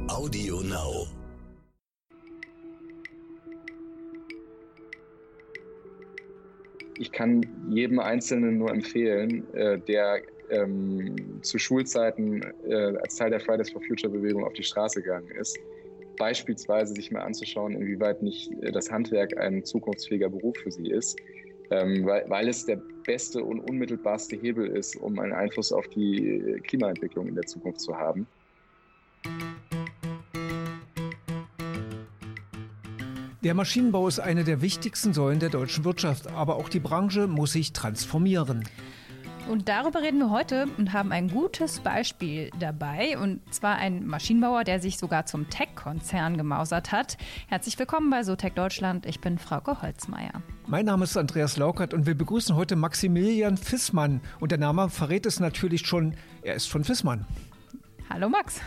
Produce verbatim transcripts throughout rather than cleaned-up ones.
Audio Now. Ich kann jedem Einzelnen nur empfehlen, äh, der ähm, zu Schulzeiten äh, als Teil der Fridays for Future Bewegung auf die Straße gegangen ist, beispielsweise sich mal anzuschauen, inwieweit nicht äh, das Handwerk ein zukunftsfähiger Beruf für sie ist, ähm, weil, weil es der beste und unmittelbarste Hebel ist, um einen Einfluss auf die Klimaentwicklung in der Zukunft zu haben. Der Maschinenbau ist eine der wichtigsten Säulen der deutschen Wirtschaft, aber auch die Branche muss sich transformieren. Und darüber reden wir heute und haben ein gutes Beispiel dabei, und zwar ein Maschinenbauer, der sich sogar zum Tech-Konzern gemausert hat. Herzlich willkommen bei SoTech Deutschland, ich bin Frauke Holzmeier. Mein Name ist Andreas Laukert und wir begrüßen heute Maximilian Fissmann. Und der Name verrät es natürlich schon, er ist von Fissmann. Hallo Max.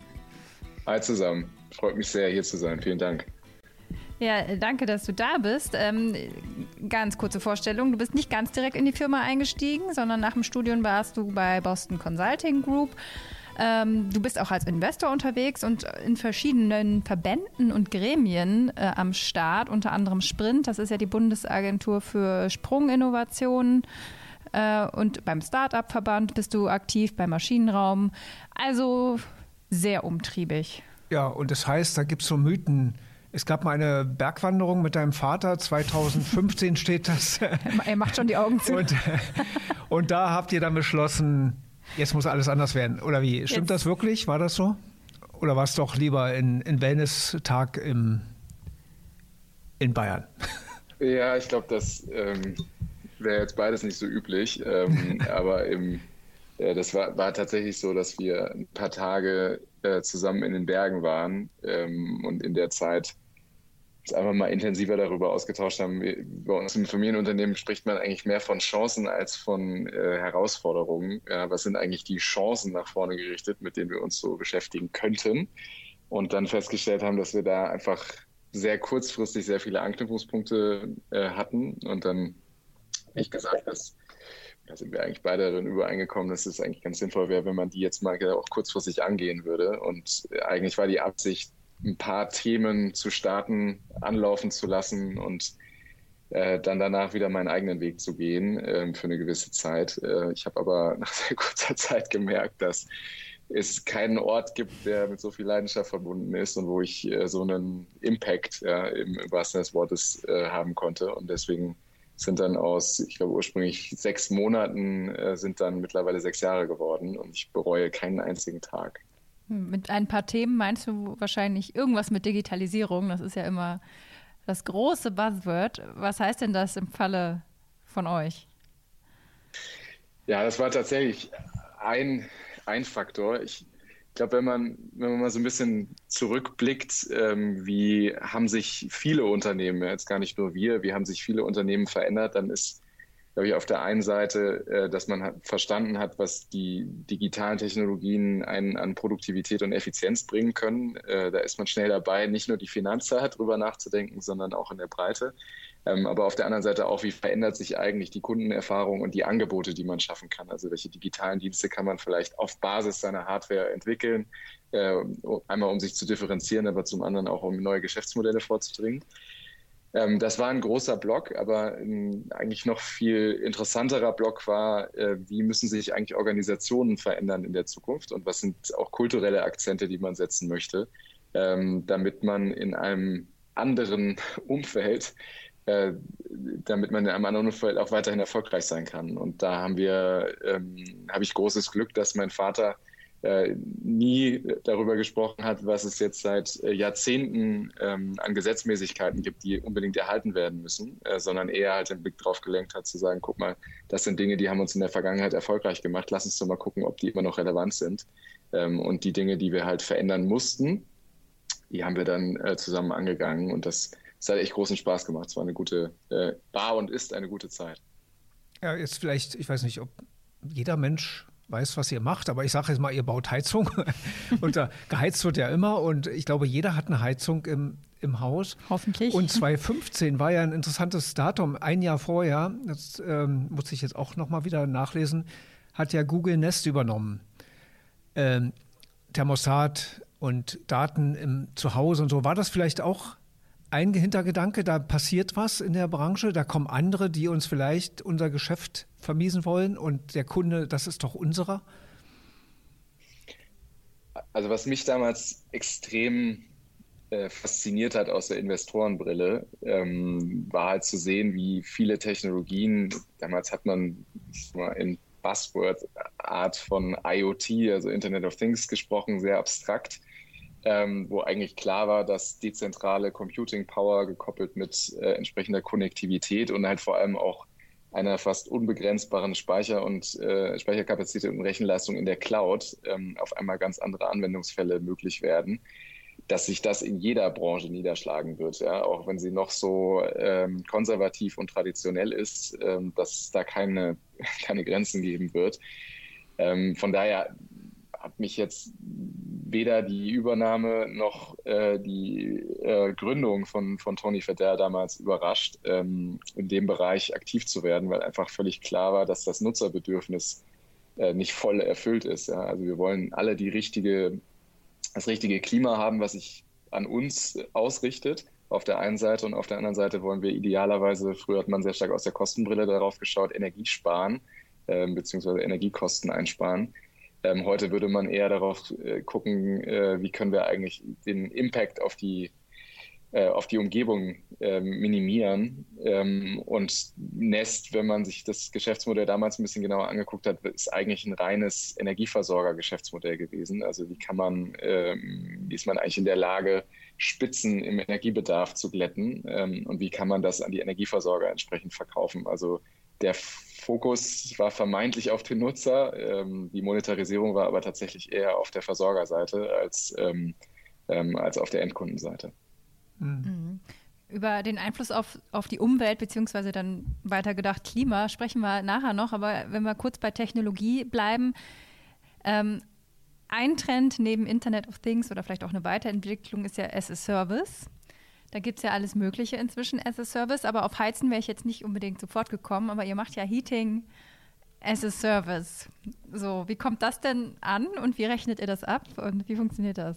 Hi zusammen, freut mich sehr, hier zu sein, vielen Dank. Ja, danke, dass du da bist. Ähm, ganz kurze Vorstellung, du bist nicht ganz direkt in die Firma eingestiegen, sondern nach dem Studium warst du bei Boston Consulting Group. Ähm, du bist auch als Investor unterwegs und in verschiedenen Verbänden und Gremien äh, am Start, unter anderem Sprint, das ist ja die Bundesagentur für Sprunginnovationen. Äh, und beim Start-up-Verband bist du aktiv, beim Maschinenraum. Also sehr umtriebig. Ja, und das heißt, da gibt es so Mythen. Es gab mal eine Bergwanderung mit deinem Vater, zweitausendfünfzehn steht das. Er macht schon die Augen zu. Und, und da habt ihr dann beschlossen, jetzt muss alles anders werden. Oder wie? Stimmt jetzt. Das wirklich? War das so? Oder war es doch lieber in, in Wellness-Tag im, in Bayern? Ja, ich glaube, das ähm, wäre jetzt beides nicht so üblich. Ähm, aber im, äh, das war, war tatsächlich so, dass wir ein paar Tage äh, zusammen in den Bergen waren ähm, und in der Zeit uns einfach mal intensiver darüber ausgetauscht haben. Wir, bei uns im Familienunternehmen spricht man eigentlich mehr von Chancen als von äh, Herausforderungen. Ja, was sind eigentlich die Chancen nach vorne gerichtet, mit denen wir uns so beschäftigen könnten? Und dann festgestellt haben, dass wir da einfach sehr kurzfristig sehr viele Anknüpfungspunkte äh, hatten. Und dann habe ich gesagt, dass da sind wir eigentlich beide darin übereingekommen, dass es eigentlich ganz sinnvoll wäre, wenn man die jetzt mal auch kurzfristig angehen würde. Und eigentlich war die Absicht, ein paar Themen zu starten, anlaufen zu lassen und äh, dann danach wieder meinen eigenen Weg zu gehen äh, für eine gewisse Zeit. Äh, ich habe aber nach sehr kurzer Zeit gemerkt, dass es keinen Ort gibt, der mit so viel Leidenschaft verbunden ist und wo ich äh, so einen Impact ja, im, im wahrsten Sinne des Wortes äh, haben konnte. Und deswegen sind dann aus, ich glaube ursprünglich sechs Monaten, äh, sind dann mittlerweile sechs Jahre geworden und ich bereue keinen einzigen Tag. Mit ein paar Themen meinst du wahrscheinlich irgendwas mit Digitalisierung. Das ist ja immer das große Buzzword. Was heißt denn das im Falle von euch? Ja, das war tatsächlich ein, ein Faktor. Ich glaube, wenn man, wenn man mal so ein bisschen zurückblickt, ähm, wie haben sich viele Unternehmen, jetzt gar nicht nur wir, wie haben sich viele Unternehmen verändert, dann ist, glaube ich, auf der einen Seite, äh, dass man hat, verstanden hat, was die digitalen Technologien einen an Produktivität und Effizienz bringen können. Äh, da ist man schnell dabei, nicht nur die Finanzzeit drüber nachzudenken, sondern auch in der Breite. Ähm, aber auf der anderen Seite auch, wie verändert sich eigentlich die Kundenerfahrung und die Angebote, die man schaffen kann. Also welche digitalen Dienste kann man vielleicht auf Basis seiner Hardware entwickeln, äh, einmal um sich zu differenzieren, aber zum anderen auch um neue Geschäftsmodelle vorzudringen. Ähm, das war ein großer Block, aber ein eigentlich noch viel interessanterer Block war, äh, wie müssen sich eigentlich Organisationen verändern in der Zukunft und was sind auch kulturelle Akzente, die man setzen möchte, ähm, damit man in einem anderen Umfeld, äh, damit man in einem anderen Umfeld auch weiterhin erfolgreich sein kann. Und da haben wir, ähm, habe ich großes Glück, dass mein Vater Äh, nie darüber gesprochen hat, was es jetzt seit äh, Jahrzehnten ähm, an Gesetzmäßigkeiten gibt, die unbedingt erhalten werden müssen, äh, sondern eher halt den Blick drauf gelenkt hat, zu sagen, guck mal, das sind Dinge, die haben uns in der Vergangenheit erfolgreich gemacht, lass uns doch mal gucken, ob die immer noch relevant sind. Ähm, und die Dinge, die wir halt verändern mussten, die haben wir dann äh, zusammen angegangen und das, das hat echt großen Spaß gemacht. Es war eine gute, äh, war und ist eine gute Zeit. Ja, jetzt vielleicht, ich weiß nicht, ob jeder Mensch weiß, was ihr macht, aber ich sage jetzt mal, ihr baut Heizung und da geheizt wird ja immer und ich glaube, jeder hat eine Heizung im, im Haus. Hoffentlich. Und zweitausendfünfzehn war ja ein interessantes Datum, ein Jahr vorher, das ähm, muss ich jetzt auch nochmal wieder nachlesen, hat ja Google Nest übernommen. Ähm, Thermostat und Daten im Zuhause und so. War das vielleicht auch ein Hintergedanke, da passiert was in der Branche, da kommen andere, die uns vielleicht unser Geschäft vermiesen wollen und der Kunde, das ist doch unserer? Also was mich damals extrem äh, fasziniert hat aus der Investorenbrille, ähm, war halt zu sehen, wie viele Technologien, damals hat man in Buzzword-Art von IoT, also Internet of Things gesprochen, sehr abstrakt, ähm, wo eigentlich klar war, dass dezentrale Computing Power gekoppelt mit äh, entsprechender Konnektivität und halt vor allem auch einer fast unbegrenzbaren Speicher- und äh, Speicherkapazität und Rechenleistung in der Cloud ähm, auf einmal ganz andere Anwendungsfälle möglich werden, dass sich das in jeder Branche niederschlagen wird, ja, auch wenn sie noch so ähm, konservativ und traditionell ist, ähm, dass es da keine, keine Grenzen geben wird. Ähm, von daher hat mich jetzt weder die Übernahme noch äh, die äh, Gründung von, von Tony Fadell damals überrascht, ähm, in dem Bereich aktiv zu werden, weil einfach völlig klar war, dass das Nutzerbedürfnis äh, nicht voll erfüllt ist. Ja? Also wir wollen alle die richtige, das richtige Klima haben, was sich an uns ausrichtet auf der einen Seite, und auf der anderen Seite wollen wir idealerweise, früher hat man sehr stark aus der Kostenbrille darauf geschaut, Energie sparen, äh, beziehungsweise Energiekosten einsparen. Ähm, heute würde man eher darauf äh, gucken, äh, wie können wir eigentlich den Impact auf die, äh, auf die Umgebung äh, minimieren. Ähm, und Nest, wenn man sich das Geschäftsmodell damals ein bisschen genauer angeguckt hat, ist eigentlich ein reines Energieversorger-Geschäftsmodell gewesen. Also wie kann man, ähm, wie ist man eigentlich in der Lage, Spitzen im Energiebedarf zu glätten, ähm, und wie kann man das an die Energieversorger entsprechend verkaufen? Also der Fokus war vermeintlich auf den Nutzer, ähm, die Monetarisierung war aber tatsächlich eher auf der Versorgerseite als, ähm, ähm, als auf der Endkundenseite. Mhm. Über den Einfluss auf, auf die Umwelt beziehungsweise dann weiter gedacht Klima sprechen wir nachher noch, aber wenn wir kurz bei Technologie bleiben, ähm, ein Trend neben Internet of Things oder vielleicht auch eine Weiterentwicklung ist ja as a Service. Da gibt es ja alles Mögliche inzwischen as a Service, aber auf Heizen wäre ich jetzt nicht unbedingt sofort gekommen, aber ihr macht ja Heating as a Service. So, wie kommt das denn an und wie rechnet ihr das ab und wie funktioniert das?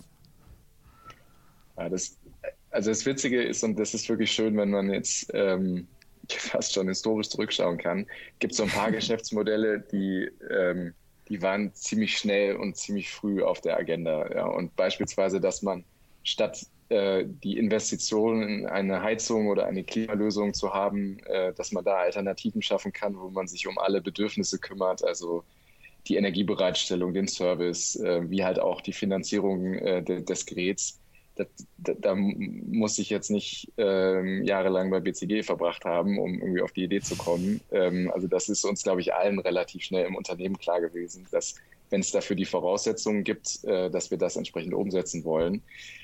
Ja, das, also das Witzige ist, und das ist wirklich schön, wenn man jetzt ähm, fast schon historisch zurückschauen kann, gibt es so ein paar Geschäftsmodelle, die, ähm, die waren ziemlich schnell und ziemlich früh auf der Agenda. Ja, und beispielsweise, dass man statt die Investition in eine Heizung oder eine Klimalösung zu haben, dass man da Alternativen schaffen kann, wo man sich um alle Bedürfnisse kümmert, also die Energiebereitstellung, den Service, wie halt auch die Finanzierung des Geräts. Da, da, da muss ich jetzt nicht ähm, jahrelang bei B C G verbracht haben, um irgendwie auf die Idee zu kommen. Ähm, also das ist uns, glaube ich, allen relativ schnell im Unternehmen klar gewesen, dass, wenn es dafür die Voraussetzungen gibt, äh, dass wir das entsprechend umsetzen wollen.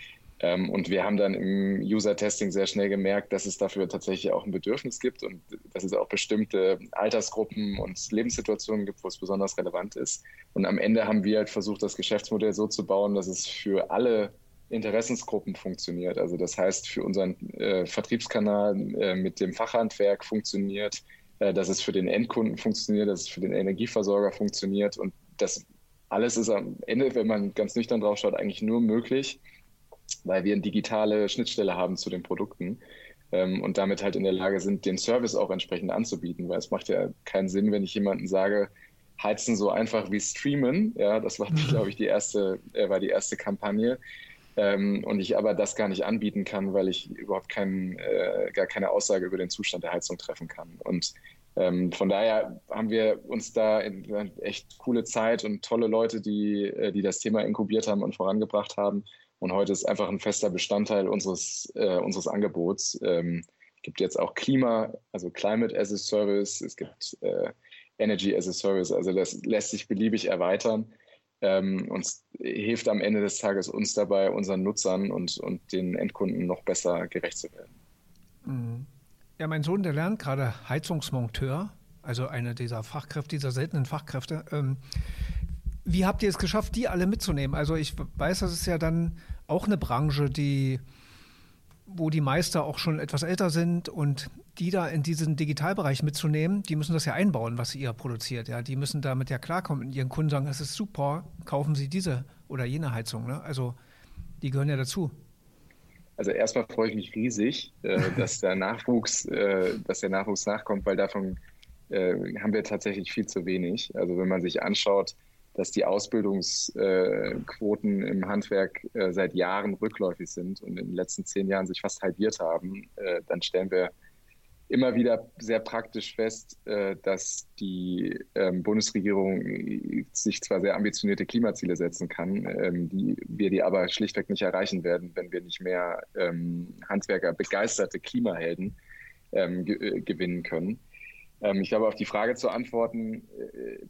Und wir haben dann im User-Testing sehr schnell gemerkt, dass es dafür tatsächlich auch ein Bedürfnis gibt und dass es auch bestimmte Altersgruppen und Lebenssituationen gibt, wo es besonders relevant ist. Und am Ende haben wir halt versucht, das Geschäftsmodell so zu bauen, dass es für alle Interessensgruppen funktioniert. Also das heißt, für unseren äh, Vertriebskanal äh, mit dem Fachhandwerk funktioniert, äh, dass es für den Endkunden funktioniert, dass es für den Energieversorger funktioniert. Und das alles ist am Ende, wenn man ganz nüchtern drauf schaut, eigentlich nur möglich, weil wir eine digitale Schnittstelle haben zu den Produkten ähm, und damit halt in der Lage sind, den Service auch entsprechend anzubieten, weil es macht ja keinen Sinn, wenn ich jemandem sage, heizen so einfach wie streamen, ja, das war, glaube ich, die erste, äh, war die erste Kampagne, ähm, und ich aber das gar nicht anbieten kann, weil ich überhaupt kein, äh, gar keine Aussage über den Zustand der Heizung treffen kann. Und ähm, von daher haben wir uns da in, in echt coole Zeit und tolle Leute, die, äh, die das Thema inkubiert haben und vorangebracht haben. Und heute ist einfach ein fester Bestandteil unseres, äh, unseres Angebots. Ähm, es gibt jetzt auch Klima, also Climate as a Service, es gibt äh, Energy as a Service, also das lässt sich beliebig erweitern ähm, und hilft am Ende des Tages uns dabei, unseren Nutzern und, und den Endkunden noch besser gerecht zu werden. Ja, mein Sohn, der lernt gerade Heizungsmonteur, also eine dieser Fachkräfte, dieser seltenen Fachkräfte. Ähm, Wie habt ihr es geschafft, die alle mitzunehmen? Also ich weiß, das ist ja dann auch eine Branche, die, wo die Meister auch schon etwas älter sind und die da in diesen Digitalbereich mitzunehmen, die müssen das ja einbauen, was ihr produziert. Ja, die müssen damit ja klarkommen und ihren Kunden sagen, es ist super, kaufen Sie diese oder jene Heizung. Ne? Also Die gehören ja dazu. Also erstmal freue ich mich riesig, äh, dass der Nachwuchs, äh, dass der Nachwuchs nachkommt, weil davon äh, haben wir tatsächlich viel zu wenig. Also wenn man sich anschaut, dass die Ausbildungsquoten äh, im Handwerk äh, seit Jahren rückläufig sind und in den letzten zehn Jahren sich fast halbiert haben, äh, dann stellen wir immer wieder sehr praktisch fest, äh, dass die ähm, Bundesregierung sich zwar sehr ambitionierte Klimaziele setzen kann, ähm, die wir die aber schlichtweg nicht erreichen werden, wenn wir nicht mehr ähm, Handwerker, begeisterte Klimahelden ähm, ge- gewinnen können. Ähm, ich glaube, auf die Frage zu antworten, äh,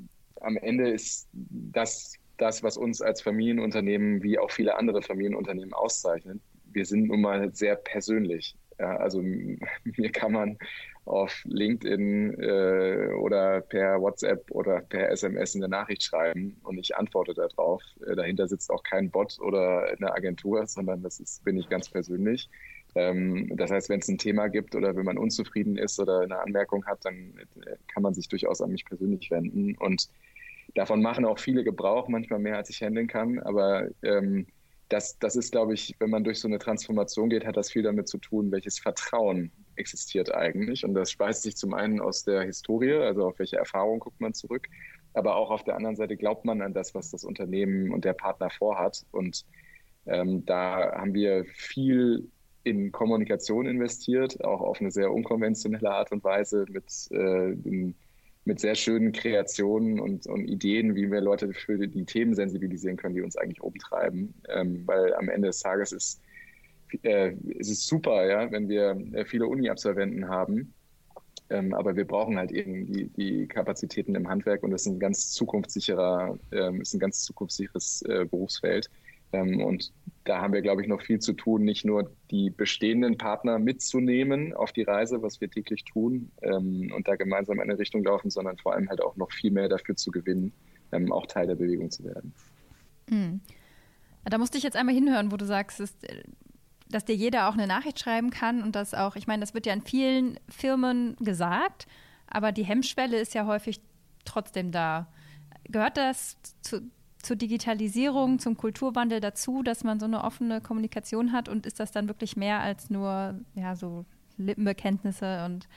am Ende ist das, das, was uns als Familienunternehmen wie auch viele andere Familienunternehmen auszeichnet. Wir sind nun mal sehr persönlich. Ja, also mir kann man auf LinkedIn äh, oder per WhatsApp oder per S M S eine Nachricht schreiben und ich antworte darauf. Äh, dahinter sitzt auch kein Bot oder eine Agentur, sondern das ist, bin ich ganz persönlich. Ähm, das heißt, wenn es ein Thema gibt oder wenn man unzufrieden ist oder eine Anmerkung hat, dann äh, kann man sich durchaus an mich persönlich wenden. Und davon machen auch viele Gebrauch, manchmal mehr als ich handeln kann. Aber ähm, Das, das ist, glaube ich, wenn man durch so eine Transformation geht, hat das viel damit zu tun, welches Vertrauen existiert eigentlich. Und das speist sich zum einen aus der Historie, also auf welche Erfahrung guckt man zurück, aber auch auf der anderen Seite glaubt man an das, was das Unternehmen und der Partner vorhat. Und ähm, da haben wir viel in Kommunikation investiert, auch auf eine sehr unkonventionelle Art und Weise mit äh, den mit sehr schönen Kreationen und, und Ideen, wie wir Leute für die Themen sensibilisieren können, die uns eigentlich umtreiben. Ähm, weil am Ende des Tages ist, äh, ist es super, ja, wenn wir viele Uni-Absolventen haben. Ähm, aber wir brauchen halt eben die, die Kapazitäten im Handwerk und das ist ein ganz zukunftssicherer, ähm, ist ein ganz zukunftssicheres äh, Berufsfeld. Ähm, und da haben wir, glaube ich, noch viel zu tun, nicht nur die bestehenden Partner mitzunehmen auf die Reise, was wir täglich tun ähm, und da gemeinsam in eine Richtung laufen, sondern vor allem halt auch noch viel mehr dafür zu gewinnen, ähm, auch Teil der Bewegung zu werden. Mhm. Da musste ich jetzt einmal hinhören, wo du sagst, dass, dass dir jeder auch eine Nachricht schreiben kann und das auch, ich meine, das wird ja in vielen Firmen gesagt, aber die Hemmschwelle ist ja häufig trotzdem da. Gehört das zu zur Digitalisierung, zum Kulturwandel dazu, dass man so eine offene Kommunikation hat und ist das dann wirklich mehr als nur ja, so Lippenbekenntnisse und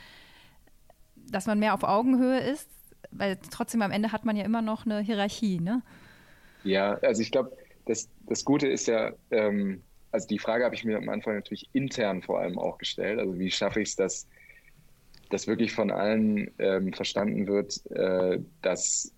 dass man mehr auf Augenhöhe ist? Weil trotzdem am Ende hat man ja immer noch eine Hierarchie, ne? Ja, also ich glaube, das, das Gute ist ja, ähm, also die Frage habe ich mir am Anfang natürlich intern vor allem auch gestellt. Also wie schaffe ich es, dass, dass wirklich von allen ähm, verstanden wird, äh, dass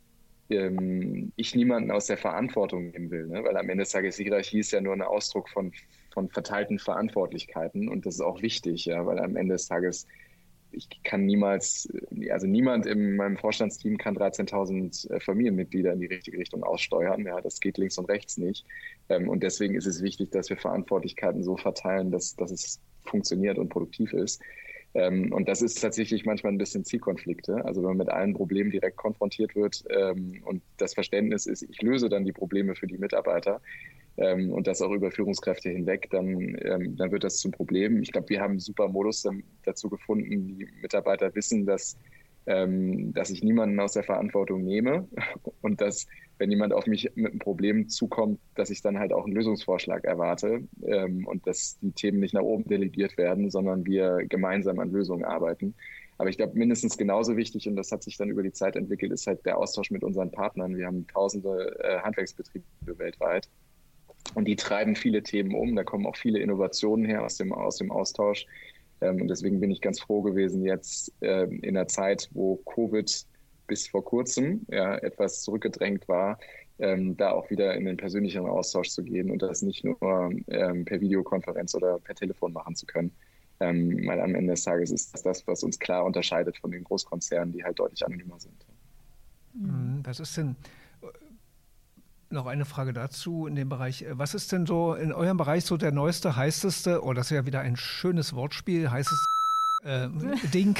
ich niemanden aus der Verantwortung nehmen will, ne? Weil am Ende des Tages Hierarchie ist ja nur ein Ausdruck von, von verteilten Verantwortlichkeiten und das ist auch wichtig, ja, weil am Ende des Tages ich kann niemals, also niemand in meinem Vorstandsteam kann dreizehntausend Familienmitglieder in die richtige Richtung aussteuern, ja, das geht links und rechts nicht und deswegen ist es wichtig, dass wir Verantwortlichkeiten so verteilen, dass, dass es funktioniert und produktiv ist. Ähm, und das ist tatsächlich manchmal ein bisschen Zielkonflikte. Also wenn man mit allen Problemen direkt konfrontiert wird ähm, und das Verständnis ist, ich löse dann die Probleme für die Mitarbeiter ähm, und das auch über Führungskräfte hinweg, dann, ähm, dann wird das zum Problem. Ich glaube, wir haben einen super Modus dazu gefunden. Die Mitarbeiter wissen, dass, ähm, dass ich niemanden aus der Verantwortung nehme und dass, wenn jemand auf mich mit einem Problem zukommt, dass ich dann halt auch einen Lösungsvorschlag erwarte ähm, und dass die Themen nicht nach oben delegiert werden, sondern wir gemeinsam an Lösungen arbeiten. Aber ich glaube, mindestens genauso wichtig, und das hat sich dann über die Zeit entwickelt, ist halt der Austausch mit unseren Partnern. Wir haben tausende äh, Handwerksbetriebe weltweit und die treiben viele Themen um. Da kommen auch viele Innovationen her aus dem, aus dem Austausch. Ähm, und deswegen bin ich ganz froh gewesen, jetzt äh, in einer Zeit, wo Covid bis vor kurzem ja, etwas zurückgedrängt war, ähm, da auch wieder in den persönlichen Austausch zu gehen und das nicht nur ähm, per Videokonferenz oder per Telefon machen zu können. Ähm, weil am Ende des Tages ist das das, was uns klar unterscheidet von den Großkonzernen, die halt deutlich anonymer sind. Was ist denn, noch eine Frage dazu in dem Bereich, was ist denn so in eurem Bereich so der neueste, heißeste, oh, das ist ja wieder ein schönes Wortspiel, heißes äh, Ding.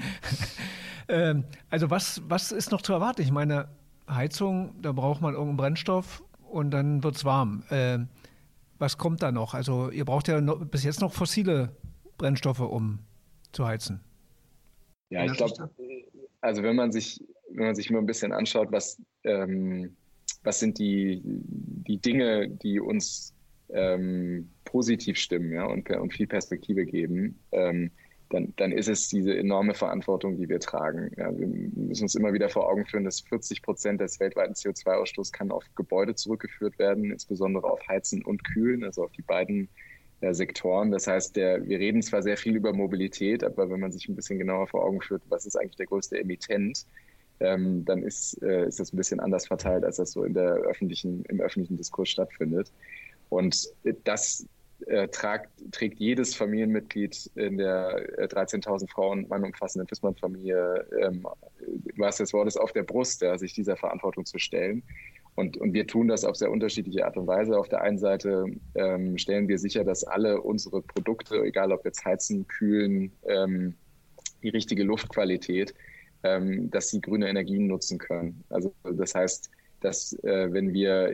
ähm, also was, was ist noch zu erwarten? Ich meine, Heizung, da braucht man irgendeinen Brennstoff und dann wird es warm. Äh, was kommt da noch? Also ihr braucht ja noch, bis jetzt noch fossile Brennstoffe, um zu heizen. Ja, ich glaube, also wenn man sich, wenn man sich mal ein bisschen anschaut, was, ähm, was sind die, die Dinge, die uns ähm, positiv stimmen, ja, und, und viel Perspektive geben, ähm, dann, dann ist es diese enorme Verantwortung, die wir tragen. Ja, wir müssen uns immer wieder vor Augen führen, dass vierzig Prozent des weltweiten C O zwei Ausstoßes kann auf Gebäude zurückgeführt werden, insbesondere auf Heizen und Kühlen, also auf die beiden äh, Sektoren. Das heißt, der, wir reden zwar sehr viel über Mobilität, aber wenn man sich ein bisschen genauer vor Augen führt, was ist eigentlich der größte Emittent, ähm, dann ist, äh, ist das ein bisschen anders verteilt, als das so in der öffentlichen, im öffentlichen Diskurs stattfindet. Und das Äh, tragt, trägt jedes Familienmitglied in der äh, dreizehntausend Frauen Mann umfassenden Fissmann-Familie, ähm, was des Wortes, auf der Brust, ja, sich dieser Verantwortung zu stellen. Und, und wir tun das auf sehr unterschiedliche Art und Weise. Auf der einen Seite ähm, stellen wir sicher, dass alle unsere Produkte, egal ob jetzt heizen, kühlen, ähm, die richtige Luftqualität, ähm, dass sie grüne Energien nutzen können. Also das heißt, dass äh, wenn wir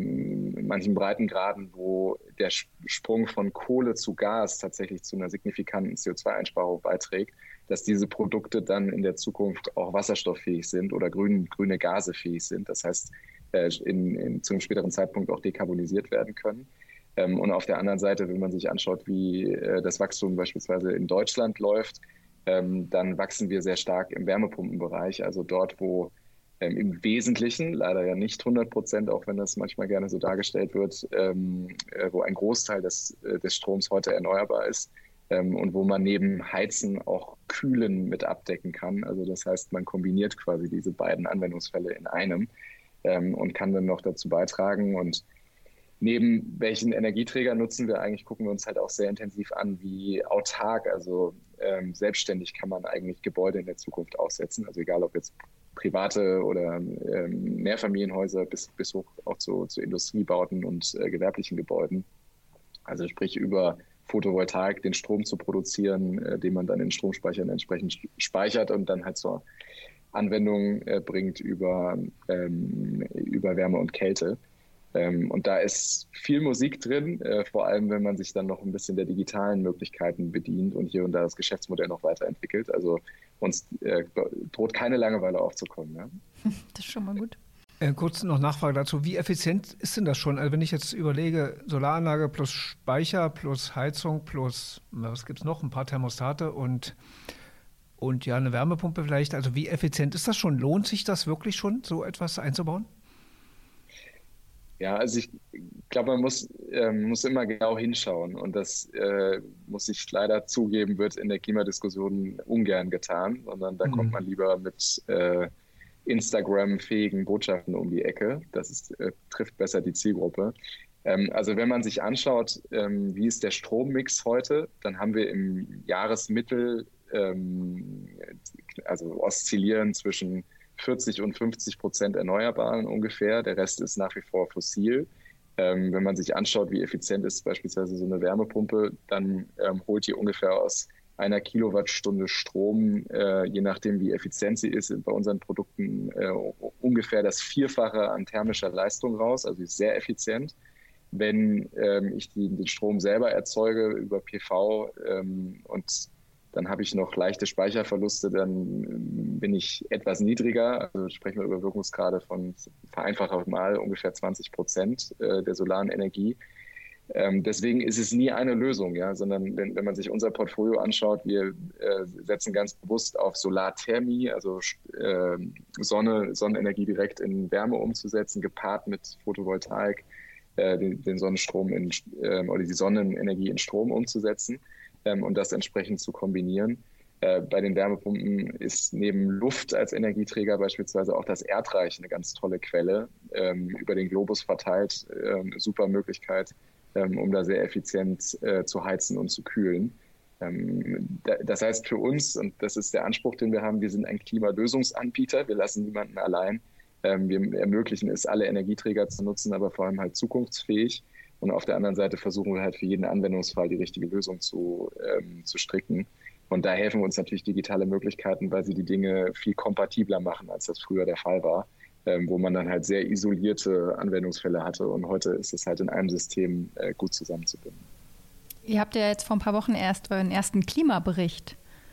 in manchen Breitengraden, wo der Sprung von Kohle zu Gas tatsächlich zu einer signifikanten C O zwei Einsparung beiträgt, dass diese Produkte dann in der Zukunft auch wasserstofffähig sind oder grün, grüne Gase fähig sind. Das heißt, äh, in, in, zu einem späteren Zeitpunkt auch dekarbonisiert werden können. Ähm, und auf der anderen Seite, wenn man sich anschaut, wie äh, das Wachstum beispielsweise in Deutschland läuft, ähm, dann wachsen wir sehr stark im Wärmepumpenbereich, also dort, wo Ähm, im Wesentlichen, leider ja nicht hundert Prozent, auch wenn das manchmal gerne so dargestellt wird, ähm, äh, wo ein Großteil des, äh, des Stroms heute erneuerbar ist ähm, und wo man neben Heizen auch Kühlen mit abdecken kann. Also das heißt, man kombiniert quasi diese beiden Anwendungsfälle in einem ähm, und kann dann noch dazu beitragen. Und neben welchen Energieträger nutzen wir eigentlich, gucken wir uns halt auch sehr intensiv an, wie autark, also ähm, selbstständig kann man eigentlich Gebäude in der Zukunft aufsetzen. Also egal, ob jetzt private oder ähm, Mehrfamilienhäuser bis, bis hoch auch zu, zu Industriebauten und äh, gewerblichen Gebäuden. Also sprich über Photovoltaik den Strom zu produzieren, äh, den man dann in Stromspeichern entsprechend speichert und dann halt zur Anwendung äh, bringt über, ähm, über Wärme und Kälte. Ähm, und da ist viel Musik drin, äh, vor allem wenn man sich dann noch ein bisschen der digitalen Möglichkeiten bedient und hier und da das Geschäftsmodell noch weiterentwickelt. Also uns äh, droht keine Langeweile aufzukommen. Ja? Das ist schon mal gut. Äh, kurz noch Nachfrage dazu. Wie effizient ist denn das schon? Also wenn ich jetzt überlege, Solaranlage plus Speicher plus Heizung plus, was gibt es noch, ein paar Thermostate und, und ja eine Wärmepumpe vielleicht. Also wie effizient ist das schon? Lohnt sich das wirklich schon, so etwas einzubauen? Ja, also ich glaube, man muss, ähm, muss immer genau hinschauen und das äh, muss ich leider zugeben, wird in der Klimadiskussion ungern getan, sondern da mhm. kommt man lieber mit äh, Instagram-fähigen Botschaften um die Ecke. Das ist, äh, trifft besser die Zielgruppe. Ähm, also wenn man sich anschaut, ähm, wie ist der Strommix heute, dann haben wir im Jahresmittel, ähm, also oszillieren zwischen vierzig und fünfzig Prozent Erneuerbaren ungefähr. Der Rest ist nach wie vor fossil. Ähm, wenn man sich anschaut, wie effizient ist beispielsweise so eine Wärmepumpe, dann ähm, holt die ungefähr aus einer Kilowattstunde Strom, äh, je nachdem wie effizient sie ist, bei unseren Produkten äh, ungefähr das Vierfache an thermischer Leistung raus. Also ist sehr effizient. Wenn ähm, ich die, den Strom selber erzeuge über P V ähm, und dann habe ich noch leichte Speicherverluste, dann bin ich etwas niedriger. Also sprechen wir über Wirkungsgrade von vereinfacht mal ungefähr zwanzig Prozent der solaren Energie. Ähm, deswegen ist es nie eine Lösung, ja, sondern wenn, wenn man sich unser Portfolio anschaut, wir äh, setzen ganz bewusst auf Solarthermie, also äh, Sonne, Sonnenenergie direkt in Wärme umzusetzen, gepaart mit Photovoltaik, äh, den, den Sonnenstrom in, äh, oder die Sonnenenergie in Strom umzusetzen. Und das entsprechend zu kombinieren. Äh, bei den Wärmepumpen ist neben Luft als Energieträger beispielsweise auch das Erdreich eine ganz tolle Quelle, ähm, über den Globus verteilt, ähm, super Möglichkeit, ähm, um da sehr effizient äh, zu heizen und zu kühlen. Ähm, da, das heißt für uns, und das ist der Anspruch, den wir haben, wir sind ein Klimalösungsanbieter, wir lassen niemanden allein. Ähm, wir ermöglichen es, alle Energieträger zu nutzen, aber vor allem halt zukunftsfähig. Und auf der anderen Seite versuchen wir halt für jeden Anwendungsfall die richtige Lösung zu, ähm, zu stricken. Und da helfen uns natürlich digitale Möglichkeiten, weil sie die Dinge viel kompatibler machen, als das früher der Fall war, ähm, wo man dann halt sehr isolierte Anwendungsfälle hatte. Und heute ist es halt in einem System äh, gut zusammenzubinden. Ihr habt ja jetzt vor ein paar Wochen erst euren ersten Klimabericht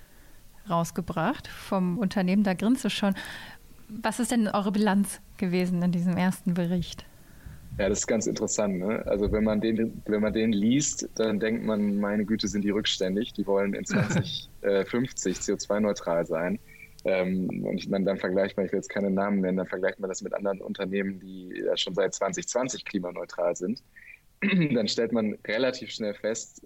rausgebracht vom Unternehmen. Da grinst du schon. Was ist denn eure Bilanz gewesen in diesem ersten Bericht? Ja, das ist ganz interessant. Ne? Also wenn man den, wenn man den liest, dann denkt man, meine Güte, sind die rückständig. Die wollen in zwanzig fünfzig C O zwei neutral sein. Ähm, und ich meine, dann vergleicht man, ich will jetzt keine Namen nennen, dann vergleicht man das mit anderen Unternehmen, die ja schon seit zwanzig zwanzig klimaneutral sind. Dann stellt man relativ schnell fest,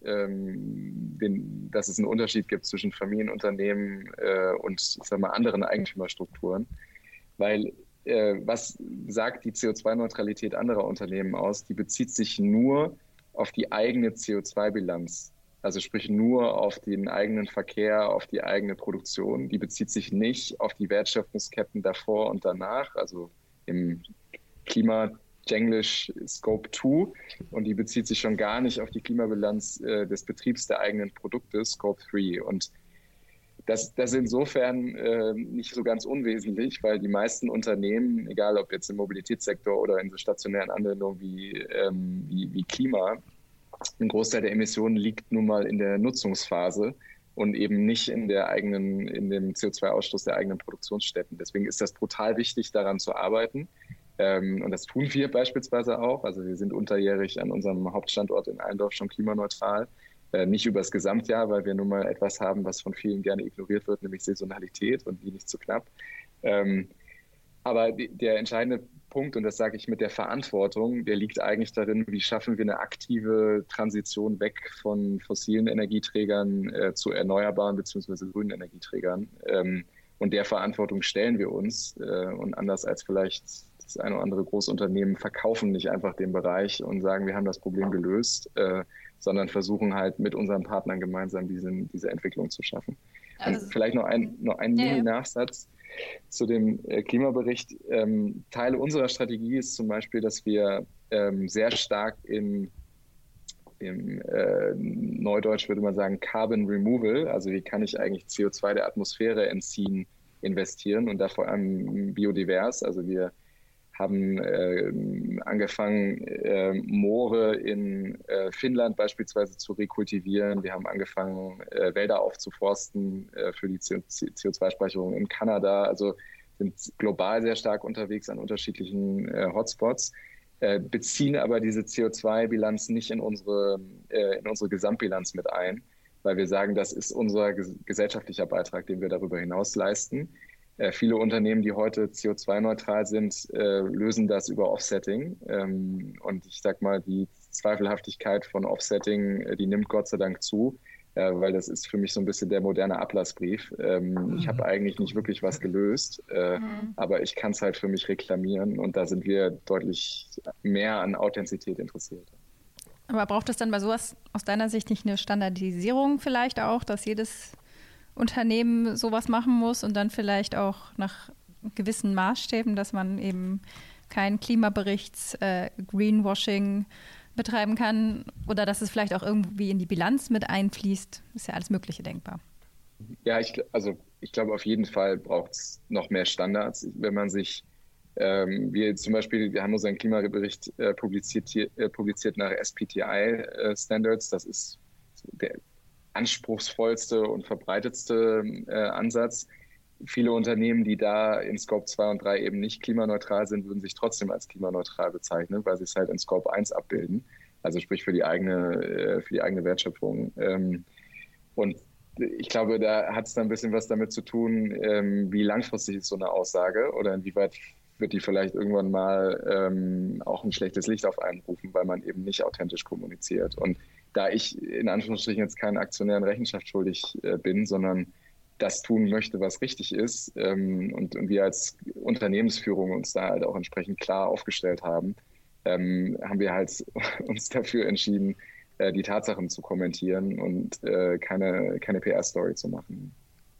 ähm, den, dass es einen Unterschied gibt zwischen Familienunternehmen äh, und ich sag mal, anderen Eigentümerstrukturen. Weil äh, was sagt die C O zwei Neutralität anderer Unternehmen aus? Die bezieht sich nur auf die eigene C O zwei Bilanz. Also sprich nur auf den eigenen Verkehr, auf die eigene Produktion. Die bezieht sich nicht auf die Wertschöpfungsketten davor und danach, also im Klima Englisch Scope zwei, und die bezieht sich schon gar nicht auf die Klimabilanz äh, des Betriebs der eigenen Produkte, Scope drei. Und das, das ist insofern äh, nicht so ganz unwesentlich, weil die meisten Unternehmen, egal ob jetzt im Mobilitätssektor oder in so stationären Anwendungen wie, ähm, wie, wie Klima, ein Großteil der Emissionen liegt nun mal in der Nutzungsphase und eben nicht in der eigenen, in dem C O zwei Ausstoß der eigenen Produktionsstätten. Deswegen ist das brutal wichtig, daran zu arbeiten. Ähm, und das tun wir beispielsweise auch. Also wir sind unterjährig an unserem Hauptstandort in Allendorf schon klimaneutral. Äh, nicht über das Gesamtjahr, weil wir nun mal etwas haben, was von vielen gerne ignoriert wird, nämlich Saisonalität, und die nicht zu knapp. Ähm, aber die, der entscheidende Punkt, und das sage ich mit der Verantwortung, der liegt eigentlich darin, wie schaffen wir eine aktive Transition weg von fossilen Energieträgern äh, zu erneuerbaren bzw. grünen Energieträgern. Ähm, und der Verantwortung stellen wir uns. Äh, und anders als vielleicht das eine oder andere Großunternehmen verkaufen nicht einfach den Bereich und sagen, wir haben das Problem gelöst, äh, sondern versuchen halt mit unseren Partnern gemeinsam diese, diese Entwicklung zu schaffen. Also, und vielleicht noch ein, noch ein ja, Mini-Nachsatz zu dem äh, Klimabericht. Ähm, Teil unserer Strategie ist zum Beispiel, dass wir ähm, sehr stark in im äh, Neudeutsch würde man sagen Carbon Removal, also wie kann ich eigentlich C O zwei der Atmosphäre entziehen, investieren, und da vor allem biodivers. Also wir haben äh, angefangen, äh, Moore in äh, Finnland beispielsweise zu rekultivieren. Wir haben angefangen, äh, Wälder aufzuforsten äh, für die C O zwei Speicherung in Kanada. Also sind global sehr stark unterwegs an unterschiedlichen äh, Hotspots, äh, beziehen aber diese C O zwei Bilanz nicht in unsere, äh, in unsere Gesamtbilanz mit ein, weil wir sagen, das ist unser ges- gesellschaftlicher Beitrag, den wir darüber hinaus leisten. Äh, viele Unternehmen, die heute C O zwei neutral sind, äh, lösen das über Offsetting. Ähm, und ich sag mal, die Zweifelhaftigkeit von Offsetting, äh, die nimmt Gott sei Dank zu, äh, weil das ist für mich so ein bisschen der moderne Ablassbrief. Ähm, mhm. Ich habe eigentlich nicht wirklich was gelöst, äh, mhm. aber ich kann es halt für mich reklamieren, und da sind wir deutlich mehr an Authentizität interessiert. Aber braucht es dann bei sowas aus deiner Sicht nicht eine Standardisierung vielleicht auch, dass jedes Unternehmen sowas machen muss und dann vielleicht auch nach gewissen Maßstäben, dass man eben kein Klimaberichts äh, Greenwashing betreiben kann, oder dass es vielleicht auch irgendwie in die Bilanz mit einfließt? Ist ja alles Mögliche denkbar. Ja, ich, also ich glaube, auf jeden Fall braucht es noch mehr Standards. Wenn man sich, ähm, wir zum Beispiel, wir haben unseren Klimabericht äh, publiziert, äh, publiziert nach S B T I-Standards. Äh, das ist der anspruchsvollste und verbreitetste äh, Ansatz. Viele Unternehmen, die da in Scope zwei und drei eben nicht klimaneutral sind, würden sich trotzdem als klimaneutral bezeichnen, weil sie es halt in Scope eins abbilden, also sprich für die eigene, äh, für die eigene Wertschöpfung. Ähm, und ich glaube, da hat es dann ein bisschen was damit zu tun, ähm, wie langfristig ist so eine Aussage, oder inwieweit wird die vielleicht irgendwann mal ähm, auch ein schlechtes Licht auf einen rufen, weil man eben nicht authentisch kommuniziert. Und da ich in Anführungsstrichen jetzt keinen Aktionären Rechenschaft schuldig äh, bin, sondern das tun möchte, was richtig ist, ähm, und, und wir als Unternehmensführung uns da halt auch entsprechend klar aufgestellt haben, ähm, haben wir halt uns dafür entschieden, äh, die Tatsachen zu kommentieren und äh, keine, keine P R-Story zu machen.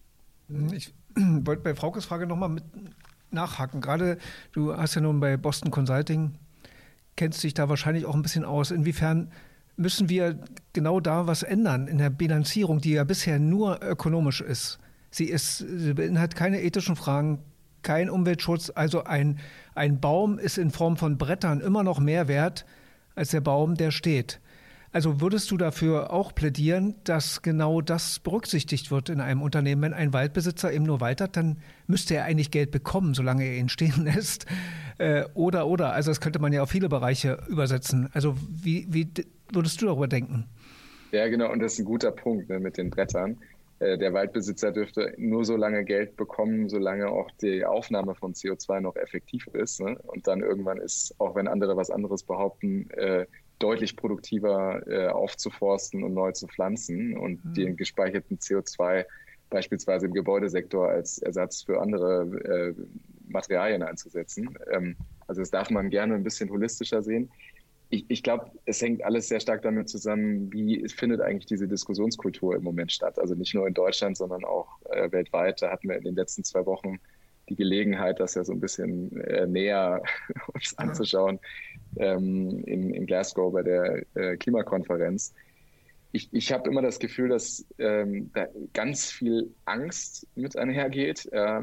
Ich wollte bei Fraukes Frage nochmal mit nachhaken. Gerade du hast ja nun bei Boston Consulting, kennst dich da wahrscheinlich auch ein bisschen aus. Inwiefern müssen wir genau da was ändern in der Bilanzierung, die ja bisher nur ökonomisch ist? Sie ist, sie beinhaltet keine ethischen Fragen, kein Umweltschutz. Also ein, ein Baum ist in Form von Brettern immer noch mehr wert als der Baum, der steht. Also würdest du dafür auch plädieren, dass genau das berücksichtigt wird in einem Unternehmen? Wenn ein Waldbesitzer eben nur Wald hat, dann müsste er eigentlich Geld bekommen, solange er ihn stehen lässt. Äh, oder, oder. Also das könnte man ja auf viele Bereiche übersetzen. Also wie, wie würdest du darüber denken? Ja, genau. Und das ist ein guter Punkt, ne, mit den Brettern. Äh, der Waldbesitzer dürfte nur so lange Geld bekommen, solange auch die Aufnahme von C O zwei noch effektiv ist. Ne? Und dann irgendwann ist, auch wenn andere was anderes behaupten, äh, deutlich produktiver äh, aufzuforsten und neu zu pflanzen und mhm. den gespeicherten C O zwei beispielsweise im Gebäudesektor als Ersatz für andere äh, Materialien einzusetzen. Ähm, also das darf man gerne ein bisschen holistischer sehen. Ich, ich glaube, es hängt alles sehr stark damit zusammen, wie findet eigentlich diese Diskussionskultur im Moment statt. Also nicht nur in Deutschland, sondern auch äh, weltweit. Da hatten wir in den letzten zwei Wochen die Gelegenheit, das ja so ein bisschen äh, näher uns ja. anzuschauen ähm, in, in Glasgow bei der äh, Klimakonferenz. Ich, ich habe immer das Gefühl, dass ähm, da ganz viel Angst mit einhergeht, äh,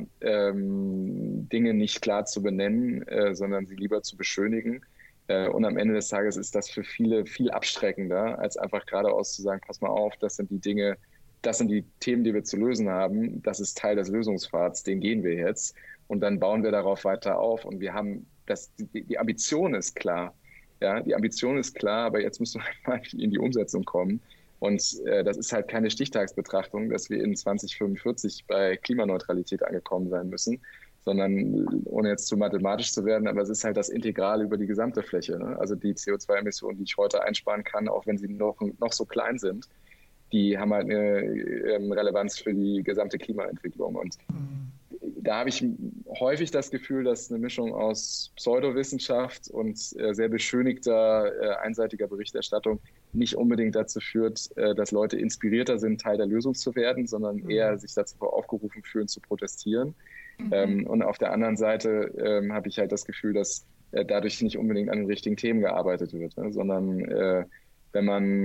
ähm, Dinge nicht klar zu benennen, äh, sondern sie lieber zu beschönigen. Äh, und am Ende des Tages ist das für viele viel abschreckender, als einfach geradeaus zu sagen, pass mal auf, das sind die Dinge, das sind die Themen, die wir zu lösen haben. Das ist Teil des Lösungspfads, den gehen wir jetzt. Und dann bauen wir darauf weiter auf. Und wir haben, das, die, die Ambition ist klar. Ja, die Ambition ist klar, aber jetzt müssen wir mal in die Umsetzung kommen. Und äh, das ist halt keine Stichtagsbetrachtung, dass wir in zwanzig fünfundvierzig bei Klimaneutralität angekommen sein müssen, sondern, ohne jetzt zu mathematisch zu werden, aber es ist halt das Integral über die gesamte Fläche. Ne? Also die C O zwei Emissionen, die ich heute einsparen kann, auch wenn sie noch, noch so klein sind, die haben halt eine ähm, Relevanz für die gesamte Klimaentwicklung. Und mhm. da habe ich häufig das Gefühl, dass eine Mischung aus Pseudowissenschaft und äh, sehr beschönigter, äh, einseitiger Berichterstattung nicht unbedingt dazu führt, äh, dass Leute inspirierter sind, Teil der Lösung zu werden, sondern mhm. eher sich dazu aufgerufen fühlen, zu protestieren. Mhm. Ähm, und auf der anderen Seite ähm, habe ich halt das Gefühl, dass äh, dadurch nicht unbedingt an den richtigen Themen gearbeitet wird, ne? sondern äh, wenn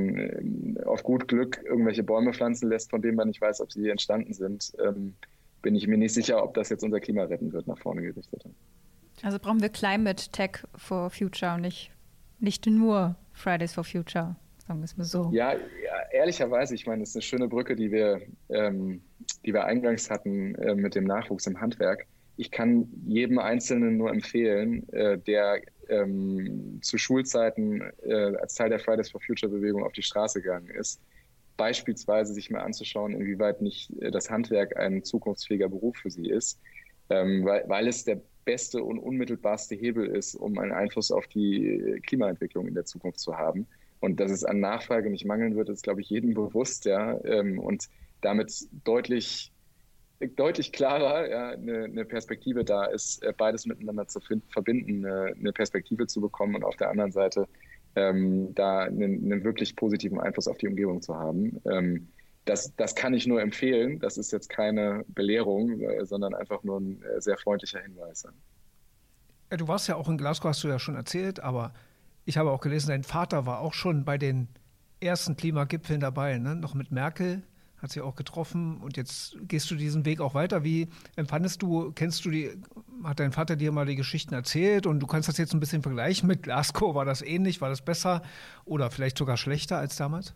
man auf gut Glück irgendwelche Bäume pflanzen lässt, von denen man nicht weiß, ob sie entstanden sind, ähm, bin ich mir nicht sicher, ob das jetzt unser Klima retten wird, nach vorne gerichtet. Also brauchen wir Climate Tech for Future und nicht, nicht nur Fridays for Future, sagen wir es mal so. Ja, ja, ehrlicherweise, ich meine, das ist eine schöne Brücke, die wir, ähm, die wir eingangs hatten äh, mit dem Nachwuchs im Handwerk. Ich kann jedem Einzelnen nur empfehlen, äh, der ähm, zu Schulzeiten äh, als Teil der Fridays for Future Bewegung auf die Straße gegangen ist, beispielsweise sich mal anzuschauen, inwieweit nicht äh, das Handwerk ein zukunftsfähiger Beruf für sie ist, ähm, weil, weil es der beste und unmittelbarste Hebel ist, um einen Einfluss auf die Klimaentwicklung in der Zukunft zu haben. Und dass es an Nachfrage nicht mangeln wird, ist, glaube ich, jedem bewusst, ja, ähm, und damit deutlich deutlich klarer ja, eine, eine Perspektive da ist, beides miteinander zu finden, verbinden, eine, eine Perspektive zu bekommen und auf der anderen Seite ähm, da einen, einen wirklich positiven Einfluss auf die Umgebung zu haben. Ähm, das, das kann ich nur empfehlen. Das ist jetzt keine Belehrung, äh, sondern einfach nur ein äh, sehr freundlicher Hinweis. Ja, du warst ja auch in Glasgow, hast du ja schon erzählt, aber ich habe auch gelesen, dein Vater war auch schon bei den ersten Klimagipfeln dabei, ne? Noch mit Merkel. Hat sie auch getroffen und jetzt gehst du diesen Weg auch weiter. Wie empfandest du, kennst du die, hat dein Vater dir mal die Geschichten erzählt und du kannst das jetzt ein bisschen vergleichen mit Glasgow? War das ähnlich, war das besser oder vielleicht sogar schlechter als damals?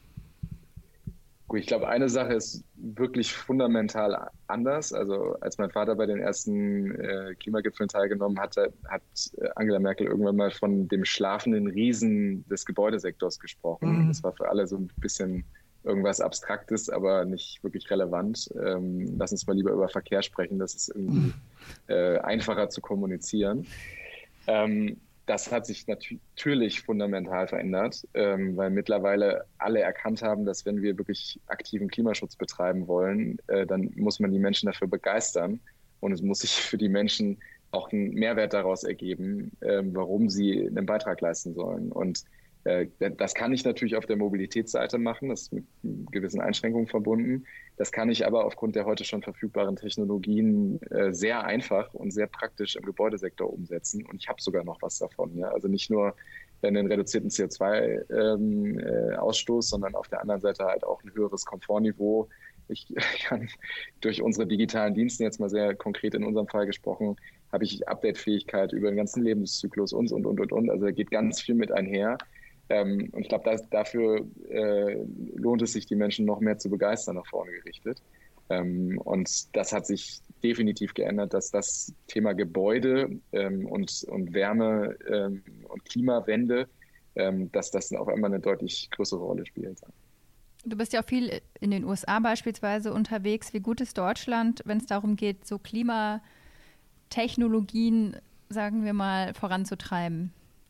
Gut, ich glaube, eine Sache ist wirklich fundamental anders. Also als mein Vater bei den ersten äh, Klimagipfeln teilgenommen hatte, hat Angela Merkel irgendwann mal von dem schlafenden Riesen des Gebäudesektors gesprochen. Mhm. Das war für alle so ein bisschen irgendwas Abstraktes, aber nicht wirklich relevant. Ähm, lass uns mal lieber über Verkehr sprechen, das ist irgendwie äh, einfacher zu kommunizieren. Ähm, das hat sich natürlich fundamental verändert, ähm, weil mittlerweile alle erkannt haben, dass wenn wir wirklich aktiven Klimaschutz betreiben wollen, äh, dann muss man die Menschen dafür begeistern und es muss sich für die Menschen auch ein Mehrwert daraus ergeben, äh, warum sie einen Beitrag leisten sollen. Und das kann ich natürlich auf der Mobilitätsseite machen, das ist mit gewissen Einschränkungen verbunden. Das kann ich aber aufgrund der heute schon verfügbaren Technologien sehr einfach und sehr praktisch im Gebäudesektor umsetzen. Und ich habe sogar noch was davon. Ja? Also nicht nur einen reduzierten C O zwei Ausstoß, sondern auf der anderen Seite halt auch ein höheres Komfortniveau. Ich kann durch unsere digitalen Dienste, jetzt mal sehr konkret in unserem Fall gesprochen, habe ich Update-Fähigkeit über den ganzen Lebenszyklus und, und, und, und, und. Also da geht ganz viel mit einher. Ähm, und ich glaube, dafür äh, lohnt es sich, die Menschen noch mehr zu begeistern, nach vorne gerichtet. Ähm, und das hat sich definitiv geändert, dass das Thema Gebäude ähm, und, und Wärme ähm, und Klimawende, ähm, dass das auf einmal eine deutlich größere Rolle spielt. Du bist ja auch viel in den U S A beispielsweise unterwegs. Wie gut ist Deutschland, wenn es darum geht, so Klimatechnologien, sagen wir mal, voranzutreiben?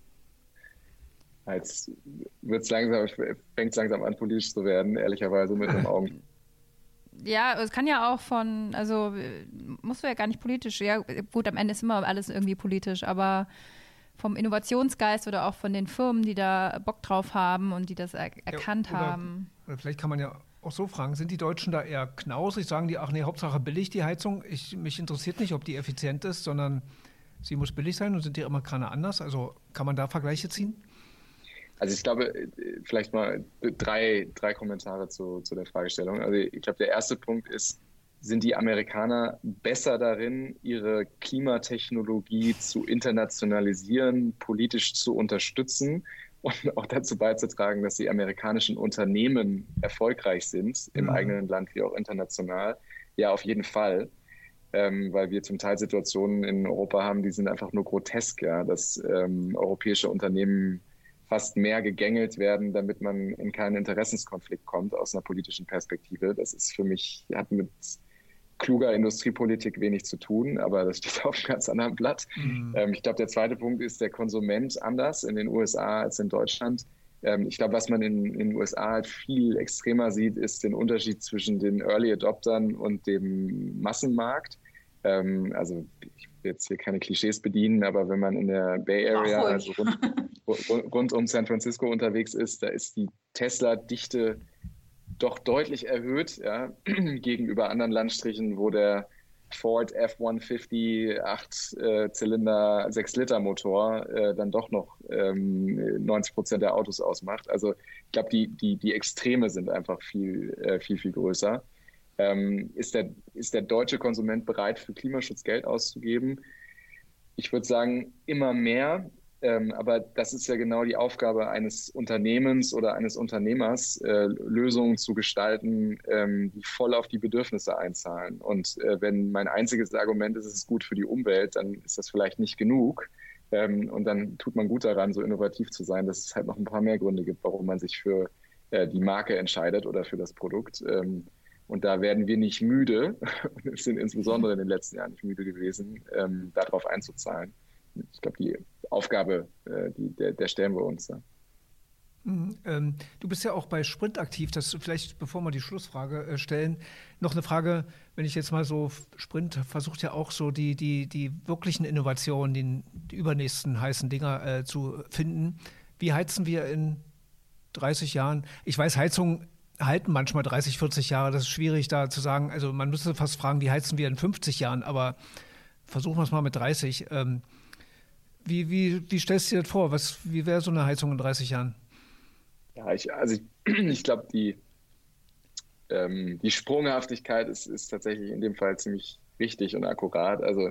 Jetzt wird's langsam, fängt es langsam an, politisch zu werden, ehrlicherweise mit den Augen. Ja, es kann ja auch von, also musst du ja gar nicht politisch, ja gut, am Ende ist immer alles irgendwie politisch, aber vom Innovationsgeist oder auch von den Firmen, die da Bock drauf haben und die das er erkannt ja, oder, haben. Oder vielleicht kann man ja auch so fragen, sind die Deutschen da eher knausrig, sagen die, ach nee, Hauptsache billig die Heizung, ich, mich interessiert nicht, ob die effizient ist, sondern sie muss billig sein und sind die immer gerade anders, also kann man da Vergleiche ziehen? Also ich glaube, vielleicht mal drei, drei Kommentare zu, zu der Fragestellung. Also ich glaube, der erste Punkt ist, sind die Amerikaner besser darin, ihre Klimatechnologie zu internationalisieren, politisch zu unterstützen und auch dazu beizutragen, dass die amerikanischen Unternehmen erfolgreich sind, im mhm. eigenen Land wie auch international? Ja, auf jeden Fall. Ähm, weil wir zum Teil Situationen in Europa haben, die sind einfach nur grotesk, ja, dass ähm, europäische Unternehmen fast mehr gegängelt werden, damit man in keinen Interessenskonflikt kommt aus einer politischen Perspektive. Das ist für mich, hat mit kluger Industriepolitik wenig zu tun, aber das steht auf einem ganz anderen Blatt. Mhm. Ähm, ich glaube, der zweite Punkt ist der Konsument anders in den U S A als in Deutschland. Ähm, ich glaube, was man in, in den U S A halt viel extremer sieht, ist den Unterschied zwischen den Early Adoptern und dem Massenmarkt. Ähm, also ich will jetzt hier keine Klischees bedienen, aber wenn man in der Bay Area, also rund, rund um San Francisco unterwegs ist, da ist die Tesla-Dichte doch deutlich erhöht, ja, gegenüber anderen Landstrichen, wo der Ford F hundertfünfzig acht-Zylinder sechs Liter Motor äh, dann doch noch ähm, neunzig Prozent der Autos ausmacht. Also ich glaube, die, die, die Extreme sind einfach viel, äh, viel, viel größer. Ähm, ist der, ist der deutsche Konsument bereit, für Klimaschutz Geld auszugeben? Ich würde sagen, immer mehr. Ähm, aber das ist ja genau die Aufgabe eines Unternehmens oder eines Unternehmers, äh, Lösungen zu gestalten, ähm, die voll auf die Bedürfnisse einzahlen. Und äh, wenn mein einziges Argument ist, es ist gut für die Umwelt, dann ist das vielleicht nicht genug. Ähm, und dann tut man gut daran, so innovativ zu sein, dass es halt noch ein paar mehr Gründe gibt, warum man sich für äh, die Marke entscheidet oder für das Produkt. Ähm, Und da werden wir nicht müde, wir sind insbesondere in den letzten Jahren nicht müde gewesen, ähm, darauf einzuzahlen. Ich glaube, die Aufgabe, äh, die, der, der stellen wir uns da. Mhm, ähm, du bist ja auch bei Sprint aktiv. Das vielleicht, bevor wir die Schlussfrage äh, stellen, noch eine Frage, wenn ich jetzt mal so, Sprint versucht ja auch so die, die, die wirklichen Innovationen, die, die übernächsten heißen Dinger äh, zu finden. Wie heizen wir in dreißig Jahren? Ich weiß, Heizung halten manchmal dreißig, vierzig Jahre. Das ist schwierig da zu sagen. Also man müsste fast fragen, wie heizen wir in fünfzig Jahren? Aber versuchen wir es mal mit dreißig. Ähm, wie, wie, wie stellst du dir das vor? Was, wie wäre so eine Heizung in dreißig Jahren? Ja, ich, also ich, ich glaube, die, ähm, die Sprunghaftigkeit ist, ist tatsächlich in dem Fall ziemlich richtig und akkurat. Also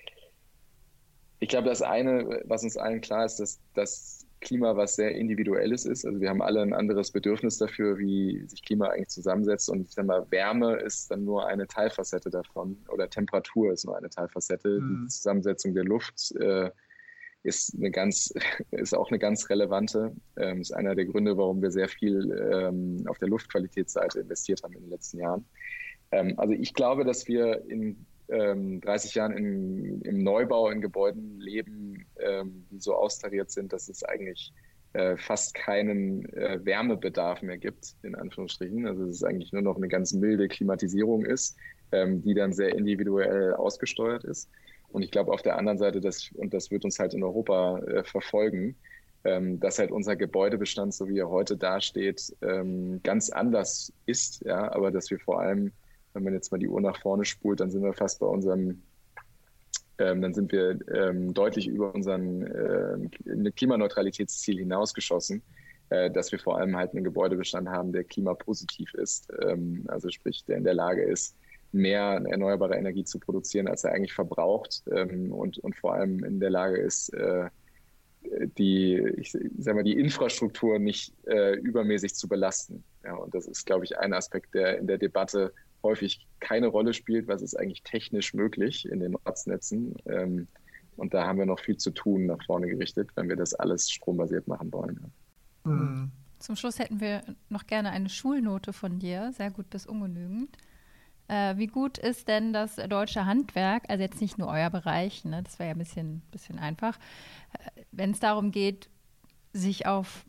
ich glaube, das eine, was uns allen klar ist, dass das Klima was sehr Individuelles ist. Also wir haben alle ein anderes Bedürfnis dafür, wie sich Klima eigentlich zusammensetzt. Und ich sage mal, Wärme ist dann nur eine Teilfacette davon oder Temperatur ist nur eine Teilfacette. Mhm. Die Zusammensetzung der Luft äh, ist eine ganz, ist auch eine ganz relevante. Ähm, ist einer der Gründe, warum wir sehr viel ähm, auf der Luftqualitätsseite investiert haben in den letzten Jahren. Ähm, also ich glaube, dass wir in ähm, dreißig Jahren in, im Neubau in Gebäuden leben, ähm, die so austariert sind, dass es eigentlich äh, fast keinen äh, Wärmebedarf mehr gibt, in Anführungsstrichen. Also dass es eigentlich nur noch eine ganz milde Klimatisierung ist, ähm, die dann sehr individuell ausgesteuert ist. Und ich glaube auf der anderen Seite, dass, und das wird uns halt in Europa äh, verfolgen, ähm, dass halt unser Gebäudebestand, so wie er heute dasteht, ähm, ganz anders ist, ja, aber dass wir vor allem, wenn man jetzt mal die Uhr nach vorne spult, dann sind wir fast bei unserem, ähm, dann sind wir ähm, deutlich über unseren äh, Klimaneutralitätsziel hinausgeschossen, äh, dass wir vor allem halt einen Gebäudebestand haben, der klimapositiv ist, ähm, also sprich, der in der Lage ist, mehr erneuerbare Energie zu produzieren, als er eigentlich verbraucht ähm, und, und vor allem in der Lage ist, äh, die, ich sag mal, die Infrastruktur nicht äh, übermäßig zu belasten. Ja, und das ist, glaube ich, ein Aspekt, der in der Debatte häufig keine Rolle spielt. Was ist eigentlich technisch möglich in den Ortsnetzen? Ähm, und da haben wir noch viel zu tun nach vorne gerichtet, wenn wir das alles strombasiert machen wollen. Ja. Mhm. Zum Schluss hätten wir noch gerne eine Schulnote von dir, sehr gut bis ungenügend. Äh, wie gut ist denn das deutsche Handwerk, also jetzt nicht nur euer Bereich, ne, das wäre ja ein bisschen, bisschen einfach, äh, wenn es darum geht, sich auf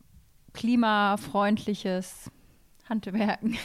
klimafreundliches Handwerken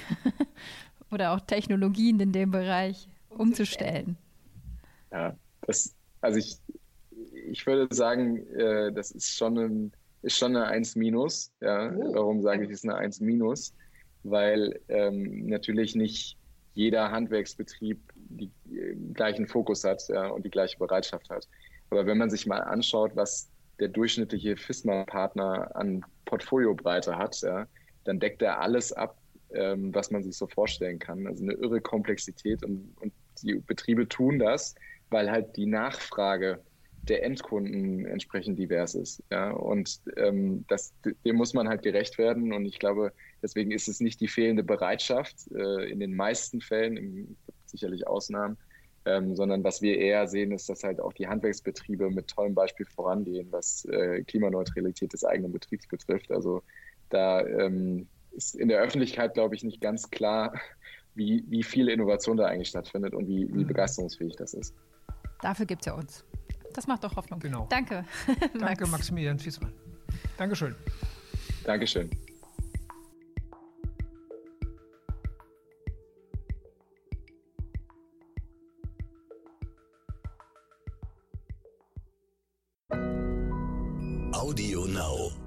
oder auch Technologien in dem Bereich umzustellen? Ja, das, also ich, ich würde sagen, äh, das ist schon, ein, ist schon eine eins minus. Ja. Oh. Warum sage ich, es ist eine eins minus? Weil ähm, natürlich nicht jeder Handwerksbetrieb die, den gleichen Fokus hat, ja, und die gleiche Bereitschaft hat. Aber wenn man sich mal anschaut, was der durchschnittliche FISMA-Partner an Portfoliobreite hat, ja, dann deckt er alles ab, ähm, was man sich so vorstellen kann. Also eine irre Komplexität, und, und die Betriebe tun das, weil halt die Nachfrage der Endkunden entsprechend divers ist. Ja? Und ähm, das, dem muss man halt gerecht werden. Und ich glaube, deswegen ist es nicht die fehlende Bereitschaft äh, in den meisten Fällen, im, sicherlich Ausnahmen, ähm, sondern was wir eher sehen, ist, dass halt auch die Handwerksbetriebe mit tollem Beispiel vorangehen, was äh, Klimaneutralität des eigenen Betriebs betrifft. Also da ähm, ist in der Öffentlichkeit, glaube ich, nicht ganz klar, wie, wie viel Innovation da eigentlich stattfindet und wie, wie begeisterungsfähig das ist. Dafür gibt es ja uns. Das macht doch Hoffnung. Genau. Danke. Danke, Maximilian Fiesmann. Dankeschön. Dankeschön. Audio Now.